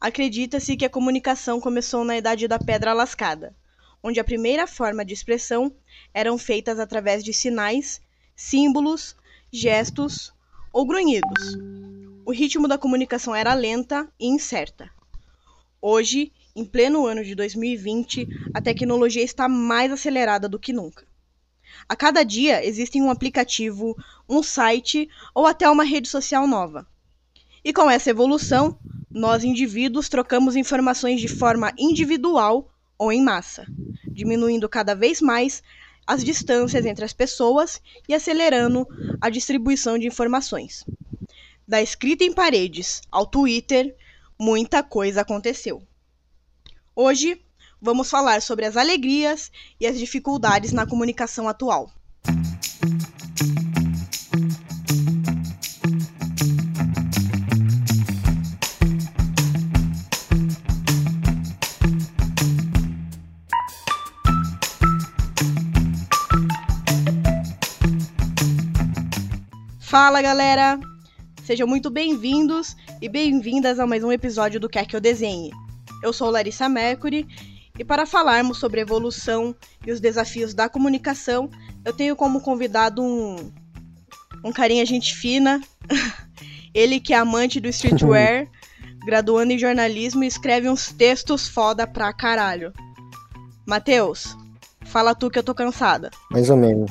Acredita-se que a comunicação começou na Idade da Pedra Lascada, onde a primeira forma de expressão eram feitas através de sinais, símbolos, gestos ou grunhidos. O ritmo da comunicação era lenta e incerta. Hoje, em pleno ano de 2020, a tecnologia está mais acelerada do que nunca. A cada dia existe um aplicativo, um site ou até uma rede social nova. E com essa evolução, nós indivíduos trocamos informações de forma individual ou em massa, diminuindo cada vez mais as distâncias entre as pessoas e acelerando a distribuição de informações. Da escrita em paredes ao Twitter, muita coisa aconteceu. Hoje, vamos falar sobre as alegrias e as dificuldades na comunicação atual. Fala, galera! Sejam muito bem-vindos e bem-vindas a mais um episódio do Quer Que Eu Desenhe. Eu sou Larissa Mercury e para falarmos sobre a evolução e os desafios da comunicação, eu tenho como convidado um carinha gente fina, ele que é amante do streetwear, graduando em jornalismo e escreve uns textos foda pra caralho. Matheus, fala tu que eu tô cansada. Mais ou menos.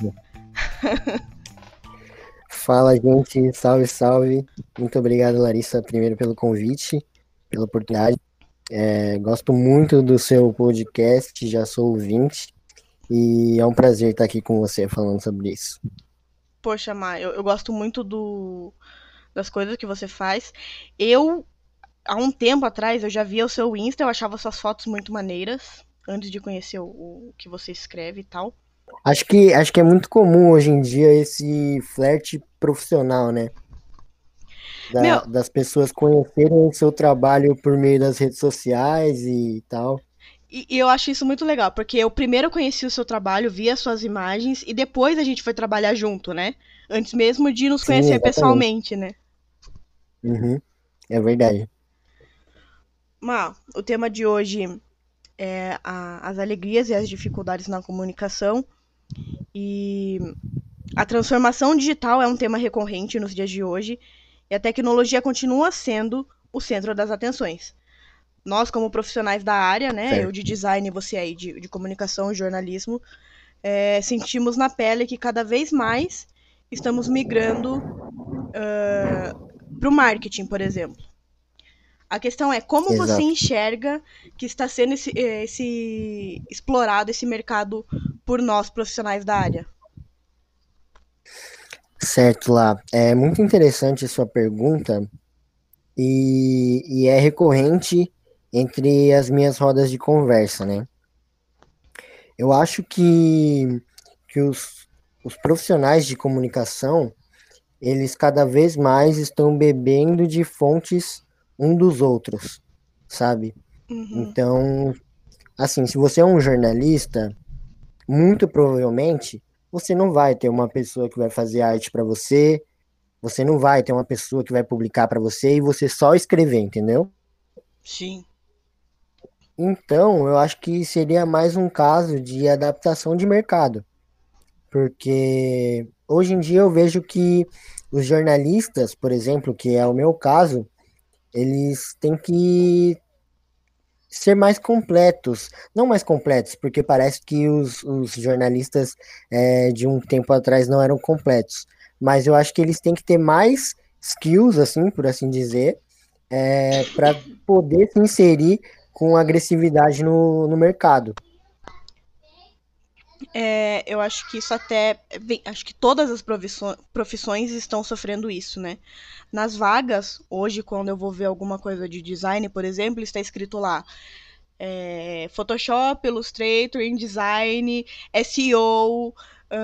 Fala, gente. Salve, salve. Muito obrigado, Larissa, primeiro pelo convite, pela oportunidade. Gosto muito do seu podcast, já sou ouvinte, e é um prazer estar aqui com você falando sobre isso. Poxa, Má, eu gosto muito das coisas que você faz. Há um tempo atrás, eu já via o seu Insta, eu achava suas fotos muito maneiras, antes de conhecer o que você escreve e tal. Acho que é muito comum hoje em dia esse flerte profissional, né? Meu, Das pessoas conhecerem o seu trabalho por meio das redes sociais e tal. e eu acho isso muito legal, porque eu primeiro conheci o seu trabalho, vi as suas imagens, e depois a gente foi trabalhar junto, né? Antes mesmo de nos Sim, conhecer exatamente. pessoalmente, né? Uhum, é verdade. Má, o tema de hoje é as alegrias e as dificuldades na comunicação. E a transformação digital é um tema recorrente nos dias de hoje, e a tecnologia continua sendo o centro das atenções. Nós, como profissionais da área, né, eu Certo. de design e você aí de comunicação e jornalismo, sentimos na pele que cada vez mais estamos migrando para o marketing, por exemplo. A questão é como você Exato. enxerga que está sendo explorado esse mercado por nós, profissionais da área. Certo, lá. É muito interessante a sua pergunta e é recorrente entre as minhas rodas de conversa, né? Eu acho que os profissionais de comunicação, eles cada vez mais estão bebendo de fontes um dos outros, sabe? Uhum. Então, assim, se você é um jornalista, muito provavelmente você não vai ter uma pessoa que vai fazer arte para você. Você não vai ter uma pessoa que vai publicar para você e você só escrever, entendeu? Sim. Então, eu acho que seria mais um caso de adaptação de mercado, porque hoje em dia eu vejo que os jornalistas, por exemplo, que é o meu caso, eles têm que ser mais completos, não mais completos, porque parece que os jornalistas de um tempo atrás não eram completos, mas eu acho que eles têm que ter mais skills, assim, por assim dizer, para poder se inserir com agressividade no mercado. Eu acho que isso até. Acho que todas as profissões estão sofrendo isso, né? Nas vagas, hoje, quando eu vou ver alguma coisa de design, por exemplo, está escrito lá Photoshop, Illustrator, InDesign, SEO,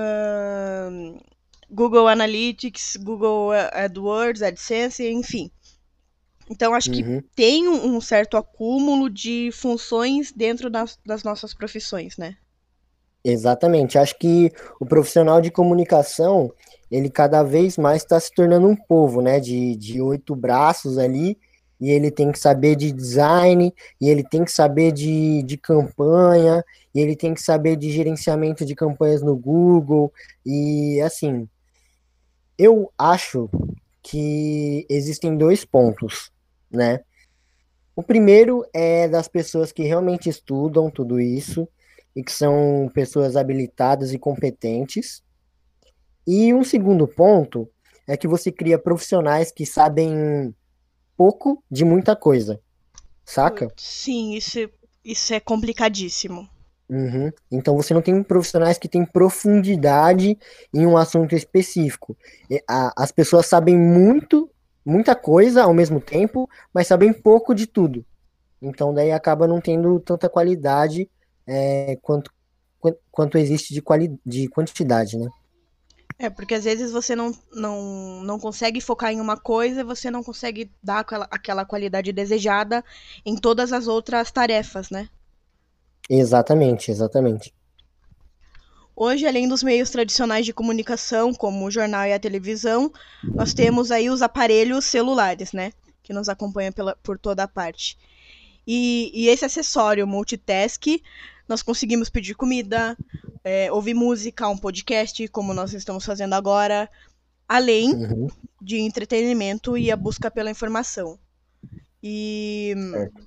Google Analytics, Google AdWords, AdSense, enfim. Então, acho que Uhum. tem um certo acúmulo de funções dentro das nossas profissões, né? Exatamente. Acho que o profissional de comunicação, ele cada vez mais está se tornando um povo, né? De oito braços ali. e ele tem que saber de design, e ele tem que saber de campanha, e ele tem que saber de gerenciamento de campanhas no Google, e assim, eu acho que existem dois pontos, né? O primeiro é das pessoas que realmente estudam tudo isso e que são pessoas habilitadas e competentes. E um segundo ponto é que você cria profissionais que sabem pouco de muita coisa, saca? Sim, isso é complicadíssimo. Uhum. Então você não tem profissionais que têm profundidade em um assunto específico. As pessoas sabem muito, muita coisa ao mesmo tempo, mas sabem pouco de tudo. Então daí acaba não tendo tanta qualidade quanto existe de quantidade, né? É, porque às vezes você não consegue focar em uma coisa e você não consegue dar aquela qualidade desejada em todas as outras tarefas, né? Exatamente, exatamente. Hoje, além dos meios tradicionais de comunicação, como o jornal e a televisão, nós temos aí os aparelhos celulares, né? Que nos acompanham por toda a parte. E esse acessório multitask, nós conseguimos pedir comida, ouvir música, um podcast, como nós estamos fazendo agora, além Uhum, de entretenimento e a busca pela informação. E, certo.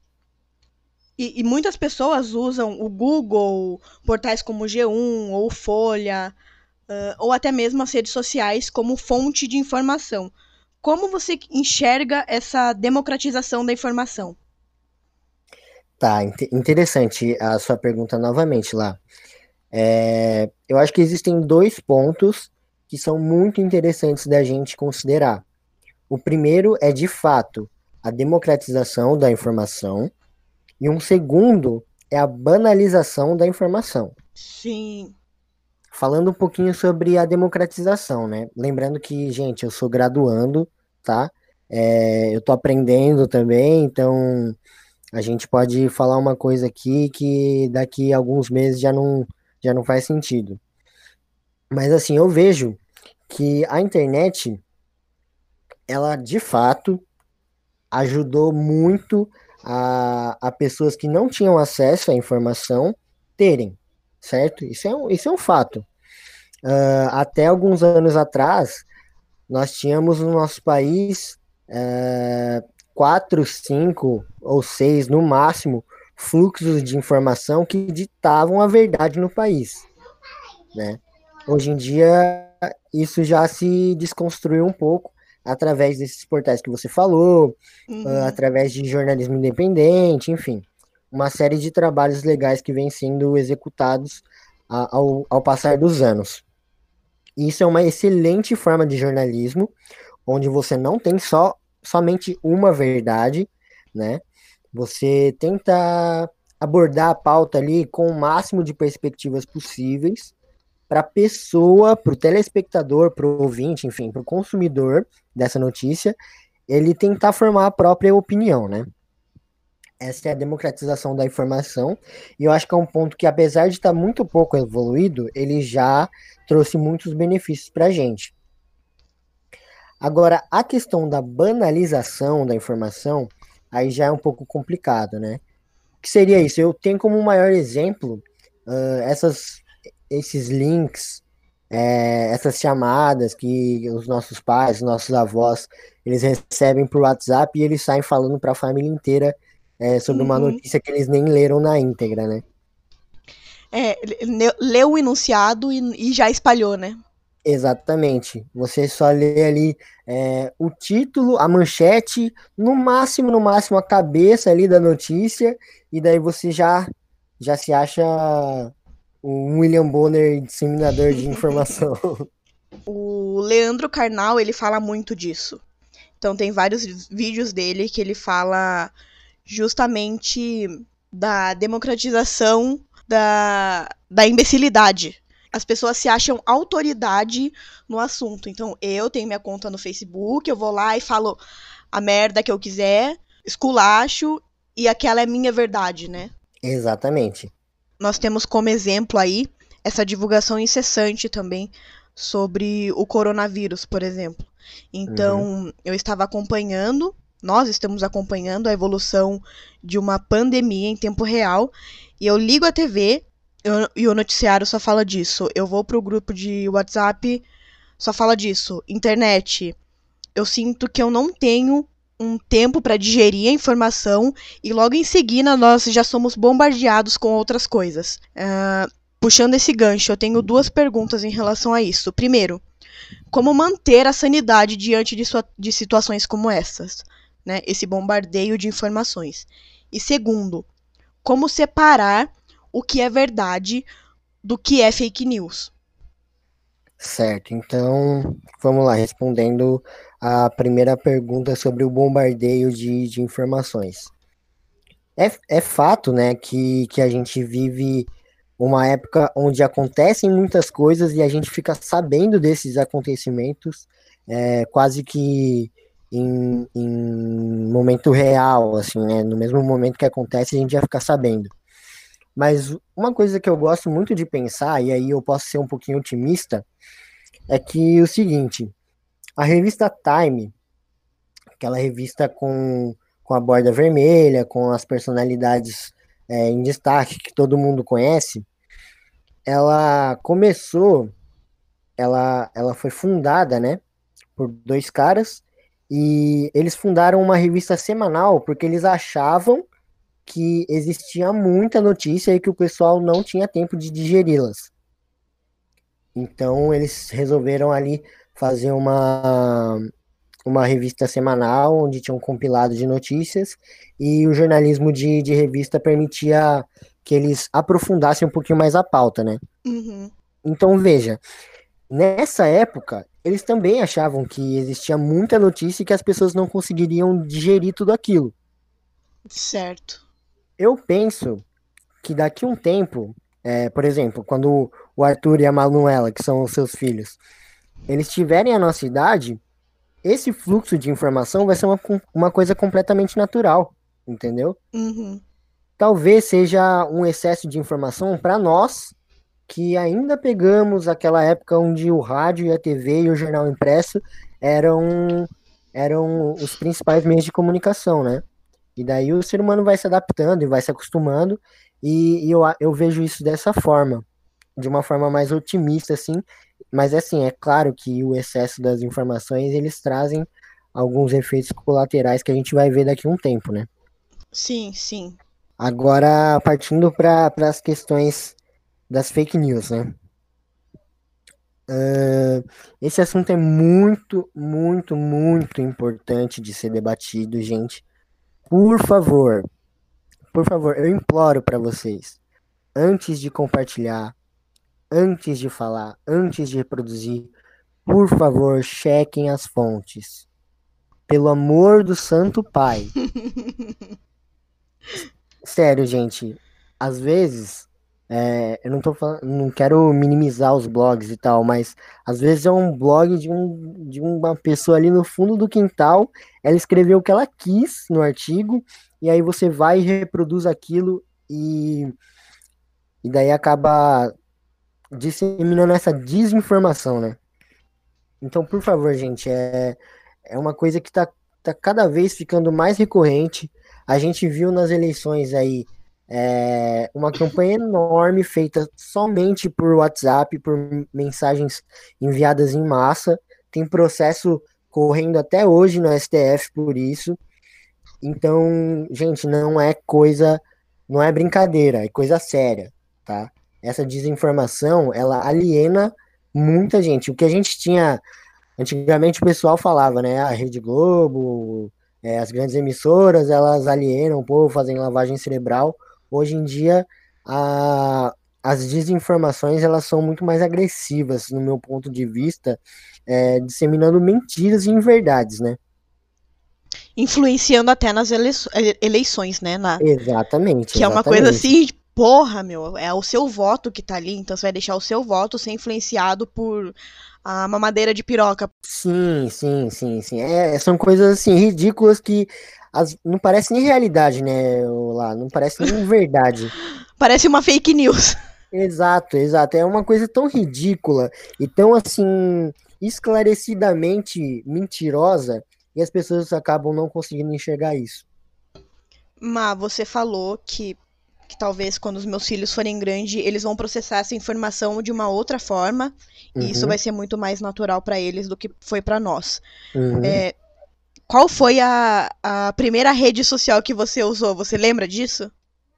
e muitas pessoas usam o Google, portais como o G1 ou Folha, ou até mesmo as redes sociais como fonte de informação. Como você enxerga essa democratização da informação? Tá, interessante a sua pergunta novamente lá. Eu acho que existem dois pontos que são muito interessantes da gente considerar. O primeiro é, de fato, a democratização da informação, e um segundo é a banalização da informação. Sim. Falando um pouquinho sobre a democratização, né? Lembrando que, gente, eu sou graduando, tá? Eu tô aprendendo também, então a gente pode falar uma coisa aqui que daqui a alguns meses já não faz sentido. Mas assim, eu vejo que a internet, ela de fato ajudou muito a pessoas que não tinham acesso à informação terem, certo? Isso é um fato. Até alguns anos atrás, nós tínhamos no nosso país quatro, cinco ou seis, no máximo, fluxos de informação que ditavam a verdade no país, né? Hoje em dia, isso já se desconstruiu um pouco através desses portais que você falou, Uhum. através de jornalismo independente, enfim, uma série de trabalhos legais que vêm sendo executados ao passar dos anos. Isso é uma excelente forma de jornalismo, onde você não tem somente uma verdade, né? Você tenta abordar a pauta ali com o máximo de perspectivas possíveis para a pessoa, para o telespectador, para o ouvinte, enfim, para o consumidor dessa notícia, ele tentar formar a própria opinião, né? Essa é a democratização da informação, e eu acho que é um ponto que, apesar de estar muito pouco evoluído, ele já trouxe muitos benefícios para a gente. Agora, a questão da banalização da informação, aí já é um pouco complicado, né? O que seria isso? Eu tenho como maior exemplo esses links, essas chamadas que os nossos pais, os nossos avós, eles recebem por WhatsApp e eles saem falando para a família inteira sobre uma Uhum. notícia que eles nem leram na íntegra, né? Leu o enunciado e já espalhou, né? Exatamente. Você só lê ali o título, a manchete, no máximo a cabeça ali da notícia, e daí você já se acha um William Bonner disseminador de informação. O Leandro Carnal, ele fala muito disso. Então tem vários vídeos dele que ele fala justamente da democratização da imbecilidade. As pessoas se acham autoridade no assunto. Então eu tenho minha conta no Facebook, eu vou lá e falo a merda que eu quiser, esculacho, e aquela é minha verdade, né? Exatamente. Nós temos como exemplo aí essa divulgação incessante também sobre o coronavírus, por exemplo. Uhum. Então, eu estava acompanhando. Nós estamos acompanhando a evolução de uma pandemia em tempo real e eu ligo a TV e o noticiário só fala disso. Eu vou pro grupo de WhatsApp, só fala disso. Internet, eu sinto que eu não tenho um tempo para digerir a informação e logo em seguida nós já somos bombardeados com outras coisas. Puxando esse gancho, eu tenho duas perguntas em relação a isso. Primeiro, como manter a sanidade diante de situações como essas, né? Esse bombardeio de informações. E segundo, como separar o que é verdade do que é fake news. Certo, então vamos lá, respondendo a primeira pergunta sobre o bombardeio de informações. É fato, né, que a gente vive uma época onde acontecem muitas coisas e a gente fica sabendo desses acontecimentos quase que em momento real, assim, né? No mesmo momento que acontece, a gente já fica sabendo. Mas uma coisa que eu gosto muito de pensar, e aí eu posso ser um pouquinho otimista, é que o seguinte, a revista Time, aquela revista com a borda vermelha, com as personalidades em destaque que todo mundo conhece, ela começou, ela foi fundada, né, por dois caras, e eles fundaram uma revista semanal porque eles achavam que existia muita notícia e que o pessoal não tinha tempo de digeri-las. Então eles resolveram ali fazer uma revista semanal onde tinha um compilado de notícias e o jornalismo de revista permitia que eles aprofundassem um pouquinho mais a pauta, né? Uhum. Então veja, nessa época eles também achavam que existia muita notícia e que as pessoas não conseguiriam digerir tudo aquilo. Certo. Eu penso que daqui a um tempo, por exemplo, quando o Arthur e a Manuela, que são os seus filhos, eles tiverem a nossa idade, esse fluxo de informação vai ser uma coisa completamente natural, entendeu? Uhum. Talvez seja um excesso de informação para nós, que ainda pegamos aquela época onde o rádio e a TV e o jornal impresso eram, eram os principais meios de comunicação, né? E daí o ser humano vai se adaptando e vai se acostumando, e eu vejo isso dessa forma, de uma forma mais otimista, assim, mas assim, é claro que o excesso das informações, eles trazem alguns efeitos colaterais que a gente vai ver daqui a um tempo, né? Sim, sim. Agora, partindo para as questões das fake news, né? Esse assunto é muito, muito, muito importante de ser debatido, gente. Por favor, eu imploro para vocês, antes de compartilhar, antes de falar, antes de reproduzir, por favor, chequem as fontes. Pelo amor do Santo Pai. Sério, gente. Às vezes, eu não tô falando, não quero minimizar os blogs e tal, mas às vezes é um blog de uma pessoa ali no fundo do quintal. Ela escreveu o que ela quis no artigo, e aí você vai e reproduz aquilo e daí acaba disseminando essa desinformação, né? Então, por favor, gente, é uma coisa que tá cada vez ficando mais recorrente. A gente viu nas eleições aí uma campanha enorme feita somente por WhatsApp, por mensagens enviadas em massa. Tem processo correndo até hoje no STF por isso. Então, gente, não é brincadeira, é coisa séria, tá? Essa desinformação, ela aliena muita gente. O que a gente tinha antigamente, o pessoal falava, né? A Rede Globo, as grandes emissoras, elas alienam o povo, fazem lavagem cerebral. Hoje em dia, as desinformações, elas são muito mais agressivas, no meu ponto de vista, disseminando mentiras e inverdades, né? Influenciando até nas eleições, né? Exatamente, Que é uma coisa exatamente. assim, porra, meu, é o seu voto que tá ali, então você vai deixar o seu voto ser influenciado por a mamadeira de piroca. Sim, sim, sim, sim. São coisas assim ridículas que não parece nem realidade, né? Lá, não parece nem verdade. Parece uma fake news. Exato, exato. É uma coisa tão ridícula e tão assim esclarecidamente mentirosa. e as pessoas acabam não conseguindo enxergar isso. Mas você falou que talvez quando os meus filhos forem grandes, eles vão processar essa informação de uma outra forma, e isso vai Uhum, ser muito mais natural para eles do que foi para nós. uhum. Qual foi a primeira rede social que você usou? Você lembra disso?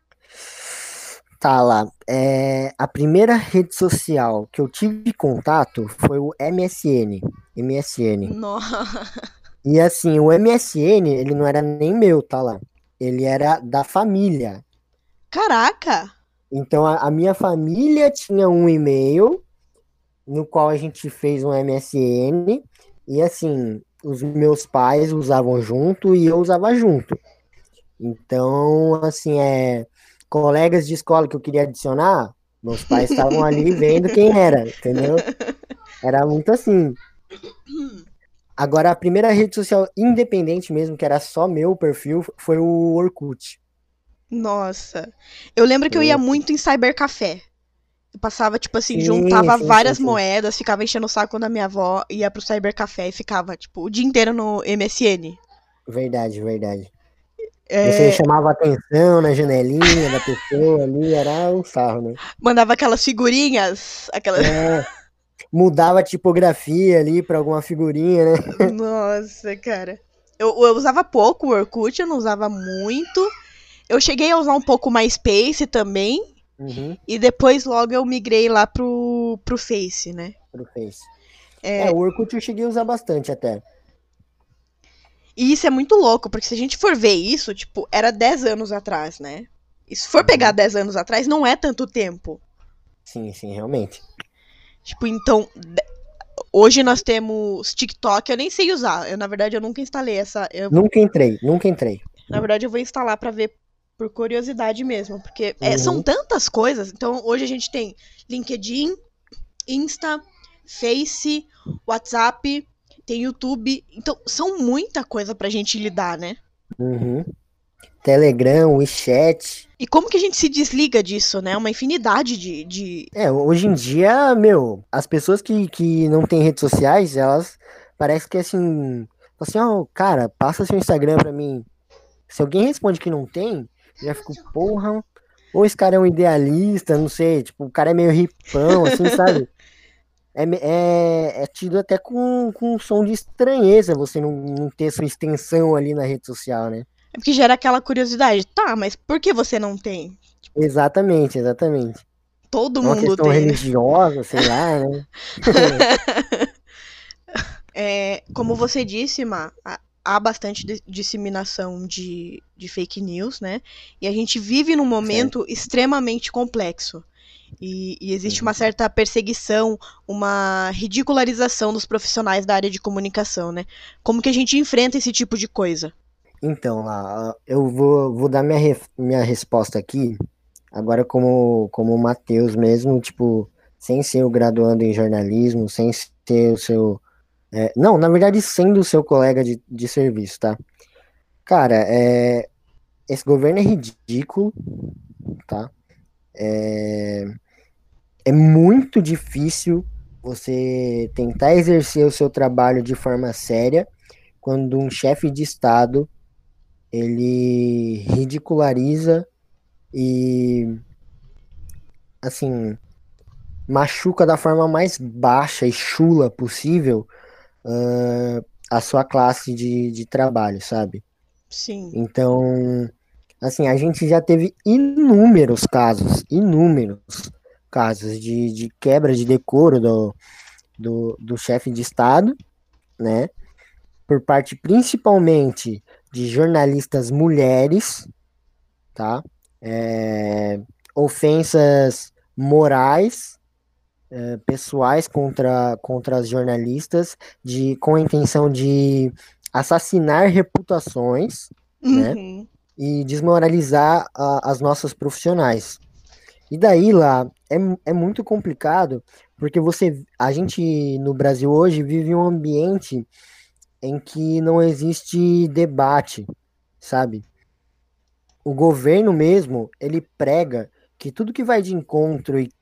Tá lá. A primeira rede social que eu tive contato foi o MSN. MSN. Nossa. E assim, o MSN, ele não era nem meu, tá lá. Ele era da família. Caraca! Então a minha família tinha um e-mail no qual a gente fez um MSN e assim, os meus pais usavam junto e eu usava junto. Então, assim, colegas de escola que eu queria adicionar, meus pais estavam ali vendo quem era, entendeu? Era muito assim. Agora, a primeira rede social independente mesmo, que era só meu perfil, foi o Orkut. Nossa. Eu lembro que Foi eu o ia Orkut. muito em cybercafé. Eu passava, tipo assim, Sim, juntava sim, sim, várias sim. moedas, ficava enchendo o saco da minha avó, ia pro cybercafé e ficava, tipo, o dia inteiro no MSN. Verdade, verdade. Você É, chamava atenção na janelinha da pessoa ali, era um sarro, né? mandava aquelas figurinhas, aquelas. É, mudava a tipografia ali pra alguma figurinha, né? Nossa, cara. Eu usava pouco o Orkut, eu não usava muito. Eu cheguei a usar um pouco mais Space também. Uhum, E depois logo eu migrei lá pro Face, né? pro Face. É, O Orkut eu cheguei a usar bastante até. e isso é muito louco, porque se a gente for ver isso, tipo, era 10 anos atrás, né? E se for pegar Uhum. 10 anos atrás, não é tanto tempo. Sim, sim, realmente. Tipo, então, hoje nós temos TikTok, eu nem sei usar. Na verdade, eu nunca instalei essa. Nunca entrei, nunca entrei. Na verdade, eu vou instalar pra ver por curiosidade mesmo, porque são Uhum, tantas coisas. Então, hoje a gente tem LinkedIn, Insta, Face, WhatsApp, tem YouTube. Então, são muita coisa pra gente lidar, né? uhum. Telegram, WeChat. E como que a gente se desliga disso, né? Uma infinidade Hoje em dia, meu, as pessoas que não têm redes sociais, elas parece que assim, assim, ó, cara, passa seu Instagram pra mim. Se alguém responde que não tem, eu já fico, porra, ou esse cara é um idealista, não sei, tipo, o cara é meio ripão, assim, sabe? É tido até com um som de estranheza você não ter sua extensão ali na rede social, né? É porque gera aquela curiosidade. Tá, mas por que você não tem? Exatamente, exatamente. Todo É uma mundo questão tem, né? religiosa, sei lá, né? Como você disse, há bastante disseminação de fake news, né? E a gente vive num Certo. momento extremamente complexo. E existe uma Uhum. certa perseguição, uma ridicularização dos profissionais da área de comunicação, né? Como que a gente enfrenta esse tipo de coisa? Então, lá, eu vou dar minha resposta aqui, agora como Matheus mesmo, tipo, sem ser o graduando em jornalismo, sem ser o seu. Não, na verdade, sendo o seu colega de serviço, tá? Cara, esse governo é ridículo, tá? É muito difícil você tentar exercer o seu trabalho de forma séria quando um chefe de Estado ele ridiculariza e assim machuca da forma mais baixa e chula possível a sua classe de trabalho, sabe? Sim. Então, assim, a gente já teve inúmeros casos de quebra de decoro do chefe de Estado, né? Por parte principalmente de jornalistas mulheres, tá? É, ofensas morais, pessoais contra as jornalistas, com a intenção de assassinar reputações, né? Uhum. E desmoralizar as nossas profissionais. E daí lá é muito complicado, porque a gente no Brasil hoje vive um ambiente em que não existe debate, sabe? O governo mesmo, ele prega que tudo que vai de encontro e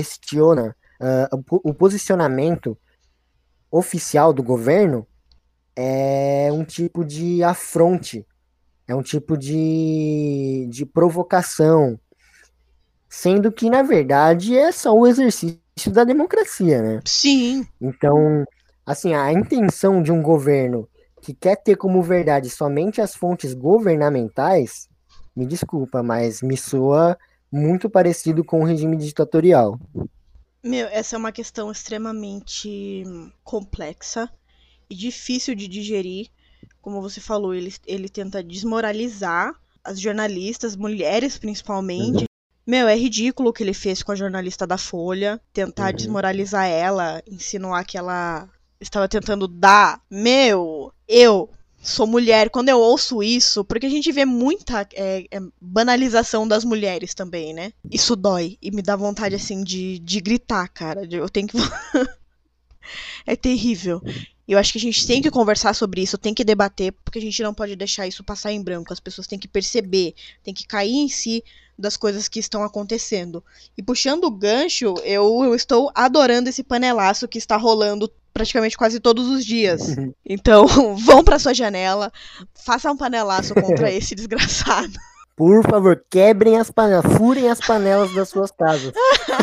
questiona o posicionamento oficial do governo é um tipo de afronte, é um tipo de provocação, sendo que, na verdade, é só o exercício da democracia, né? Sim. Então, assim, a intenção de um governo que quer ter como verdade somente as fontes governamentais, me desculpa, mas me soa muito parecido com o regime ditatorial. Meu, essa é uma questão extremamente complexa e difícil de digerir. Como você falou, ele tenta desmoralizar as jornalistas, mulheres principalmente. Meu, é ridículo o que ele fez com a jornalista da Folha, tentar Uhum. desmoralizar ela, insinuar que ela estava tentando dar. Meu, eu sou mulher, quando eu ouço isso, porque a gente vê muita banalização das mulheres também, né? Isso dói e me dá vontade, assim, de gritar, cara. Eu tenho que. É terrível. E eu acho que a gente tem que conversar sobre isso, tem que debater, porque a gente não pode deixar isso passar em branco. As pessoas têm que perceber, têm que cair em si das coisas que estão acontecendo. E puxando o gancho, eu estou adorando esse panelaço que está rolando praticamente quase todos os dias. Então, vão para sua janela, façam um panelaço contra esse desgraçado. Por favor, quebrem as panelas, furem as panelas das suas casas.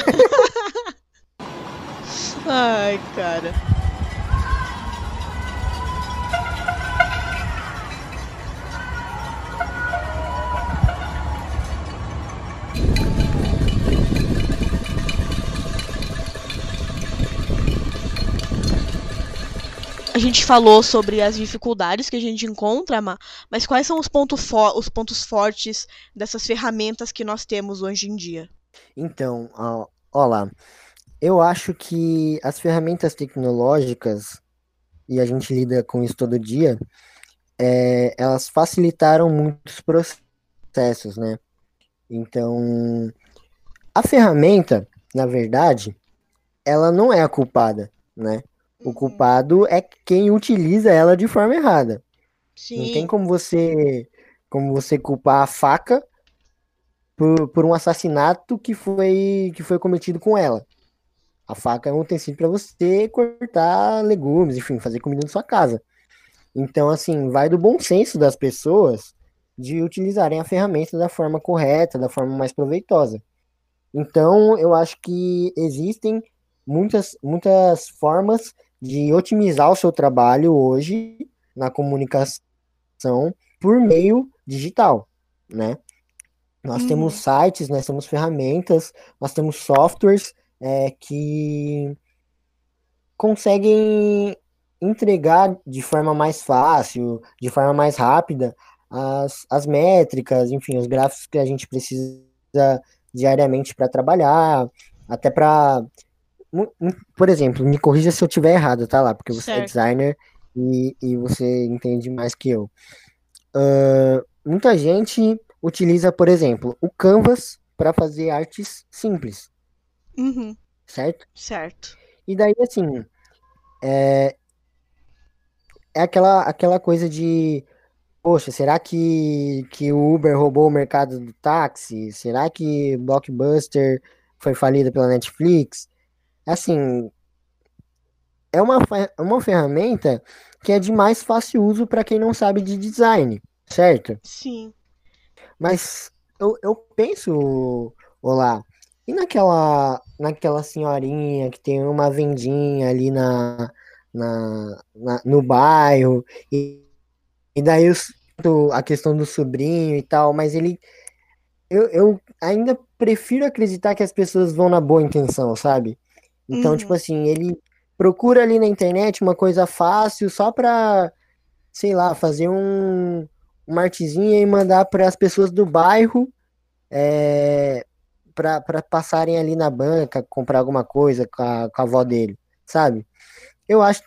Ai, cara. A gente falou sobre as dificuldades que a gente encontra, mas quais são os pontos fortes dessas ferramentas que nós temos hoje em dia? Então, ó lá, eu acho que as ferramentas tecnológicas, e a gente lida com isso todo dia, elas facilitaram muitos processos, né? Então, a ferramenta, na verdade, ela não é a culpada, né? O Uhum. culpado é quem utiliza ela de forma errada. Não tem Sim. como você culpar a faca por um assassinato que foi cometido com ela. A faca é um utensílio para você cortar legumes, enfim, fazer comida na sua casa. Então, assim, vai do bom senso das pessoas de utilizarem a ferramenta da forma correta, da forma mais proveitosa. Então, eu acho que existem muitas formas de otimizar o seu trabalho hoje na comunicação por meio digital, né? Nós temos Uhum. sites, nós temos ferramentas, nós temos softwares que conseguem entregar de forma mais fácil, de forma mais rápida, as métricas, enfim, os gráficos que a gente precisa diariamente para trabalhar, até para, por exemplo, me corrija se eu estiver errado, tá lá, porque você é Certo. designer e você entende mais que eu. Muita gente utiliza, por exemplo, o Canvas para fazer artes simples, Uhum. certo? Certo. E daí, assim, é aquela coisa de, poxa, será que o Uber roubou o mercado do táxi? Será que Blockbuster foi falida pela Netflix? Assim, é uma ferramenta que é de mais fácil uso para quem não sabe de design, certo? Sim. Mas eu penso, olá, e naquela senhorinha que tem uma vendinha ali no bairro, e daí a questão do sobrinho e tal, mas eu ainda prefiro acreditar que as pessoas vão na boa intenção, sabe? Então, tipo Uhum. assim, ele procura ali na internet uma coisa fácil só pra, sei lá, fazer uma artezinha e mandar para as pessoas do bairro para passarem ali na banca, comprar alguma coisa com a avó dele, sabe? Eu acho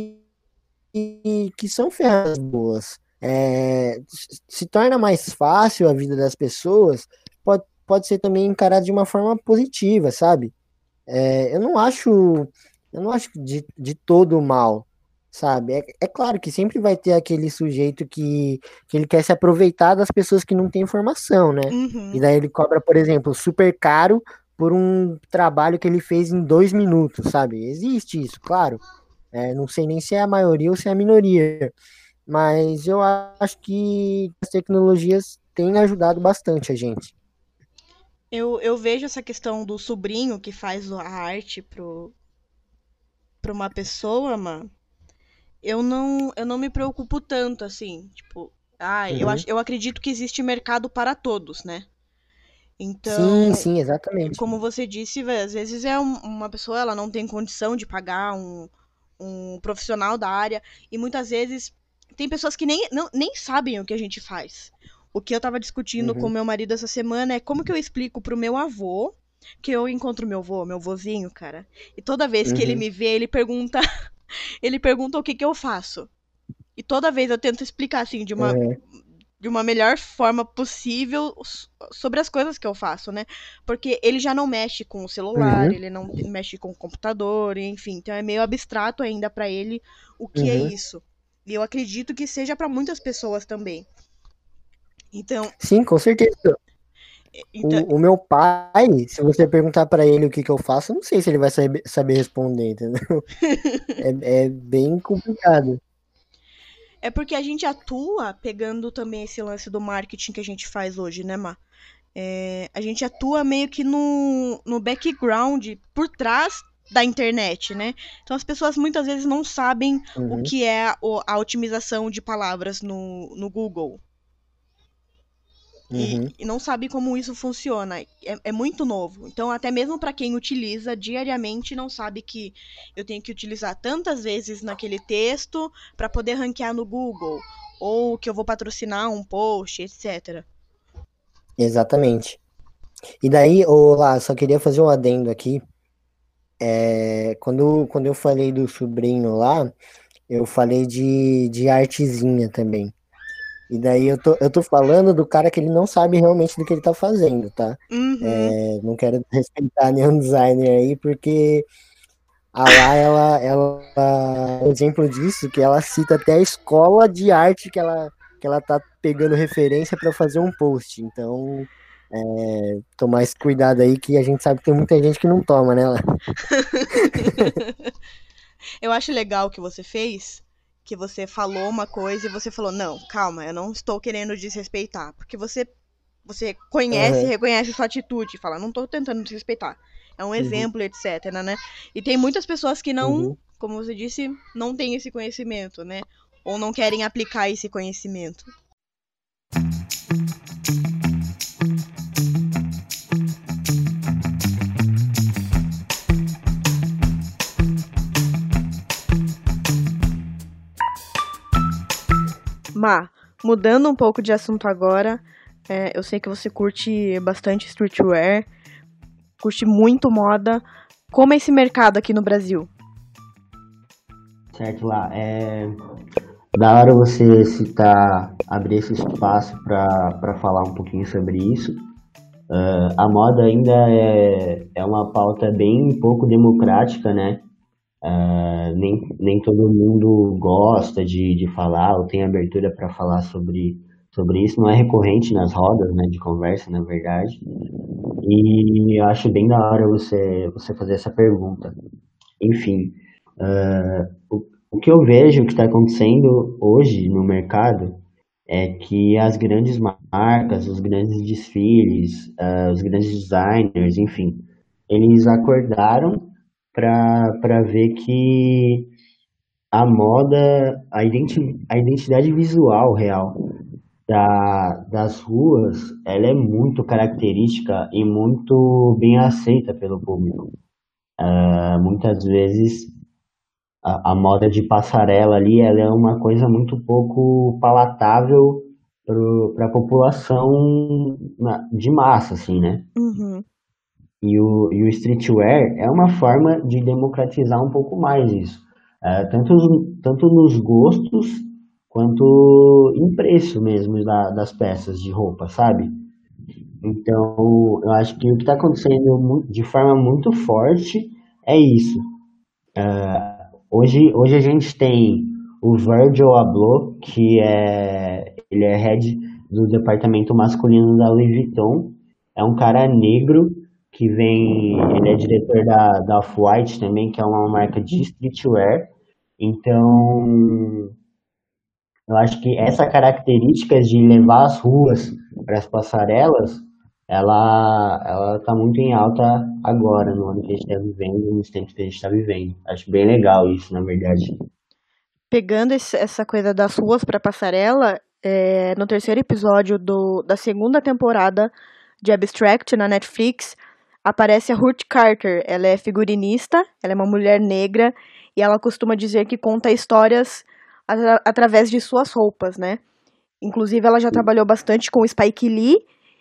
que são ferramentas boas. Se torna mais fácil a vida das pessoas, pode ser também encarado de uma forma positiva, sabe? Eu não acho de todo mal, sabe? É claro que sempre vai ter aquele sujeito que ele quer se aproveitar das pessoas que não têm informação, né? E Uhum. daí ele cobra, por exemplo, super caro por um trabalho que ele fez em 2 minutos, sabe? Existe isso, claro. Não sei nem se é a maioria ou se é a minoria, mas eu acho que as tecnologias têm ajudado bastante a gente. Eu vejo essa questão do sobrinho que faz a arte pra uma pessoa, mano. Eu não me preocupo tanto, assim. Tipo, Uhum. eu acredito que existe mercado para todos, né? Sim, Então, sim, exatamente. como você disse, véi, às vezes uma pessoa, ela não tem condição de pagar um profissional da área, e muitas vezes tem pessoas que nem sabem o que a gente faz. O que eu tava discutindo com Uhum, meu marido essa semana é como que eu explico pro meu avô que eu encontro meu vozinho, cara. E toda vez que ele uhum, me vê, ele pergunta, ele pergunta o que que eu faço. E toda vez eu tento explicar assim uhum, de uma melhor forma possível sobre as coisas que eu faço, né? Porque ele já não mexe com o celular, uhum, ele não mexe com o computador, enfim, então é meio abstrato ainda pra ele o que é uhum. isso. E eu acredito que seja pra muitas pessoas também. Então, Sim, com certeza. então O meu pai, se você perguntar para ele o que que eu faço, eu não sei se ele vai saber responder, entendeu? É bem complicado. é porque a gente atua pegando também esse lance do marketing que a gente faz hoje, né, Má? A gente atua meio que no background, por trás da internet, né? Então as pessoas muitas vezes não sabem o Uhum, que é a otimização de palavras no Google. uhum. E não sabe como isso funciona. É muito novo. Então, até mesmo para quem utiliza diariamente, não sabe que eu tenho que utilizar tantas vezes naquele texto para poder ranquear no Google. Ou que eu vou patrocinar um post, etc. Exatamente. E daí, lá, só queria fazer um adendo aqui. Quando eu falei do sobrinho lá, eu falei de artezinha também. E daí eu tô falando do cara que ele não sabe realmente do que ele tá fazendo, tá? Uhum. Não quero respeitar nenhum designer aí, porque a lá, ela é um exemplo disso, que ela cita até a escola de arte que ela tá pegando referência para fazer um post. Então, tomar esse cuidado aí, que a gente sabe que tem muita gente que não toma, né? Eu acho legal o que você fez, que você falou uma coisa e você falou, não, calma, eu não estou querendo desrespeitar. Porque você conhece e Aham, reconhece sua atitude, fala, não estou tentando desrespeitar. É um uhum, exemplo, etc, né? E tem muitas pessoas que não, uhum. como você disse, não têm esse conhecimento, né? Ou não querem aplicar esse conhecimento. Má, mudando um pouco de assunto agora, eu sei que você curte bastante streetwear, curte muito moda. Como é esse mercado aqui no Brasil? Certo, lá. Da hora você citar, abrir esse espaço para falar um pouquinho sobre isso. A moda ainda é uma pauta bem pouco democrática, né? Nem todo mundo gosta de falar ou tem abertura para falar sobre isso. Não é recorrente nas rodas, né, de conversa, na verdade. E eu acho bem da hora você fazer essa pergunta. Enfim, o que eu vejo que está acontecendo hoje no mercado é que as grandes marcas, os grandes desfiles, os grandes designers, enfim, eles acordaram para ver que a moda, a identidade visual real das ruas, ela é muito característica e muito bem aceita pelo público. Muitas vezes a moda de passarela ali, ela é uma coisa muito pouco palatável para a população de massa, assim, né? Uhum. E o streetwear é uma forma de democratizar um pouco mais isso. Tanto nos gostos quanto em preço mesmo das peças de roupa, sabe? Então, eu acho que o que está acontecendo de forma muito forte é isso. Hoje a gente tem o Virgil Abloh, ele é head do departamento masculino da Louis Vuitton. É um cara negro ele é diretor da Off-White também, que é uma marca de streetwear. Então, eu acho que essa característica de levar as ruas para as passarelas, ela tá muito em alta agora, no ano que a gente está vivendo, nos tempos que a gente está vivendo. Acho bem legal isso, na verdade. Pegando essa coisa das ruas para passarela, no terceiro episódio da segunda temporada de Abstract na Netflix, aparece a Ruth Carter. Ela é figurinista, ela é uma mulher negra e ela costuma dizer que conta histórias através de suas roupas, né? Inclusive, ela já trabalhou bastante com o Spike Lee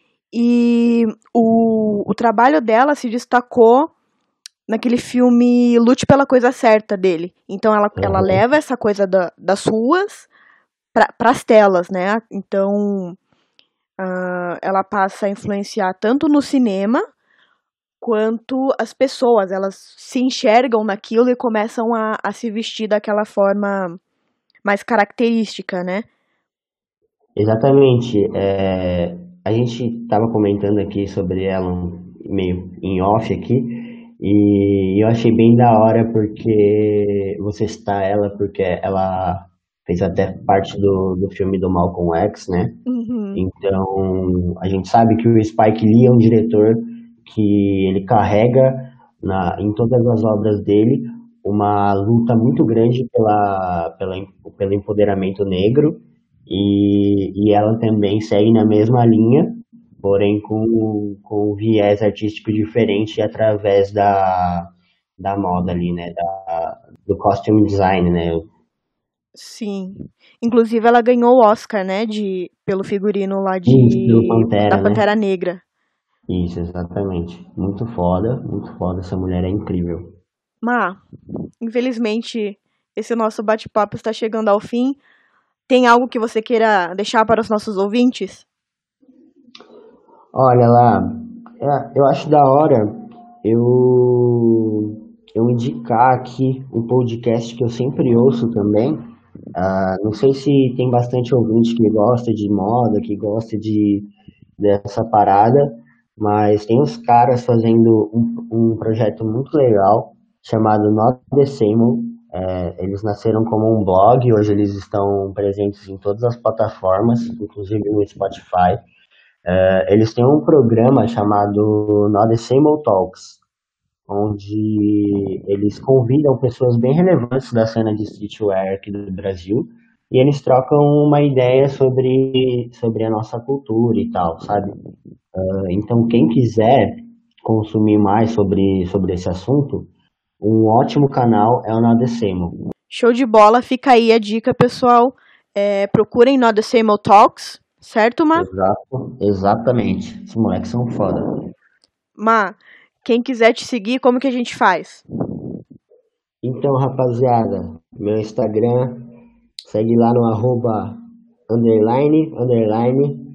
e o trabalho dela se destacou naquele filme Lute pela Coisa Certa dele. Então, ela Aham. leva essa coisa das ruas para as telas, né? Então, ela passa a influenciar tanto no cinema quanto as pessoas. Elas se enxergam naquilo e começam a se vestir daquela forma mais característica, né? Exatamente. A gente estava comentando aqui sobre ela meio em off aqui, e eu achei bem da hora porque você citar ela, porque ela fez até parte do filme do Malcolm X, né? Uhum. Então, a gente sabe que o Spike Lee é um diretor que ele carrega em todas as obras dele uma luta muito grande pelo empoderamento negro e ela também segue na mesma linha, porém com um viés artístico diferente através da moda ali, né? Do costume design, né? Sim. Inclusive, ela ganhou o Oscar, né? Pelo figurino lá Isso, do da Pantera, né? Pantera Negra. Isso, exatamente. Muito foda, essa mulher é incrível. Mas, infelizmente, esse nosso bate-papo está chegando ao fim. Tem algo que você queira deixar para os nossos ouvintes? Olha lá, eu acho da hora eu indicar aqui um podcast que eu sempre ouço também. Não sei se tem bastante ouvinte que gosta de moda, que gosta dessa parada, mas tem uns caras fazendo um projeto muito legal chamado Not the Same. Eles nasceram como um blog, hoje eles estão presentes em todas as plataformas, inclusive no Spotify. Eles têm um programa chamado Not the Same Talks, onde eles convidam pessoas bem relevantes da cena de streetwear aqui do Brasil e eles trocam uma ideia sobre a nossa cultura e tal, sabe? Então, quem quiser consumir mais sobre esse assunto, um ótimo canal é o Nadecemo. Show de bola, fica aí a dica, pessoal. Procurem Not the Same Old Talks, certo, Ma? Exato, exatamente. Esses moleques são foda. Ma, quem quiser te seguir, como que a gente faz? Então, rapaziada, meu Instagram, segue lá no arroba underline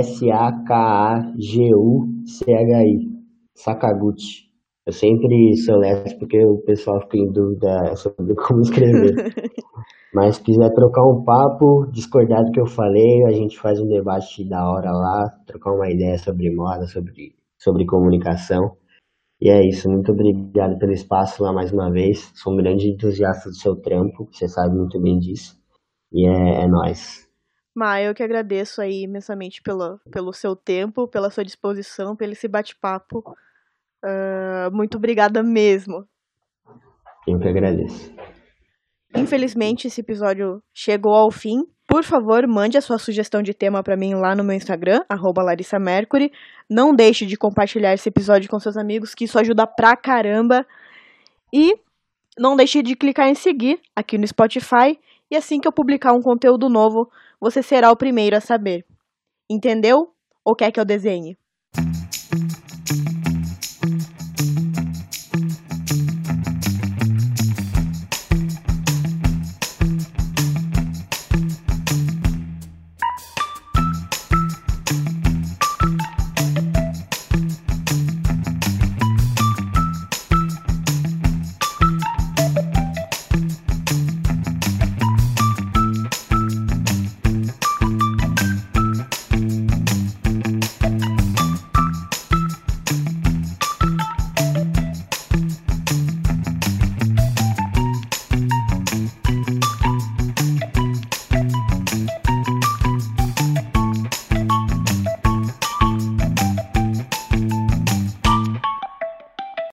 Sakaguchi. Sakaguchi. Eu sempre soletro porque o pessoal fica em dúvida sobre como escrever. Mas se quiser trocar um papo, discordar do que eu falei, a gente faz um debate da hora lá, trocar uma ideia sobre moda, sobre comunicação. E é isso, muito obrigado pelo espaço lá mais uma vez. Sou um grande entusiasta do seu trampo, você sabe muito bem disso. E é nóis. Ma, eu que agradeço aí imensamente pelo seu tempo, pela sua disposição, pelo esse bate-papo. Muito obrigada mesmo. Eu que agradeço. Infelizmente, esse episódio chegou ao fim. Por favor, mande a sua sugestão de tema para mim lá no meu Instagram, @LarissaMercury. Não deixe de compartilhar esse episódio com seus amigos, que isso ajuda pra caramba. E não deixe de clicar em seguir aqui no Spotify. E assim que eu publicar um conteúdo novo, você será o primeiro a saber. Entendeu? Ou quer que eu desenhe?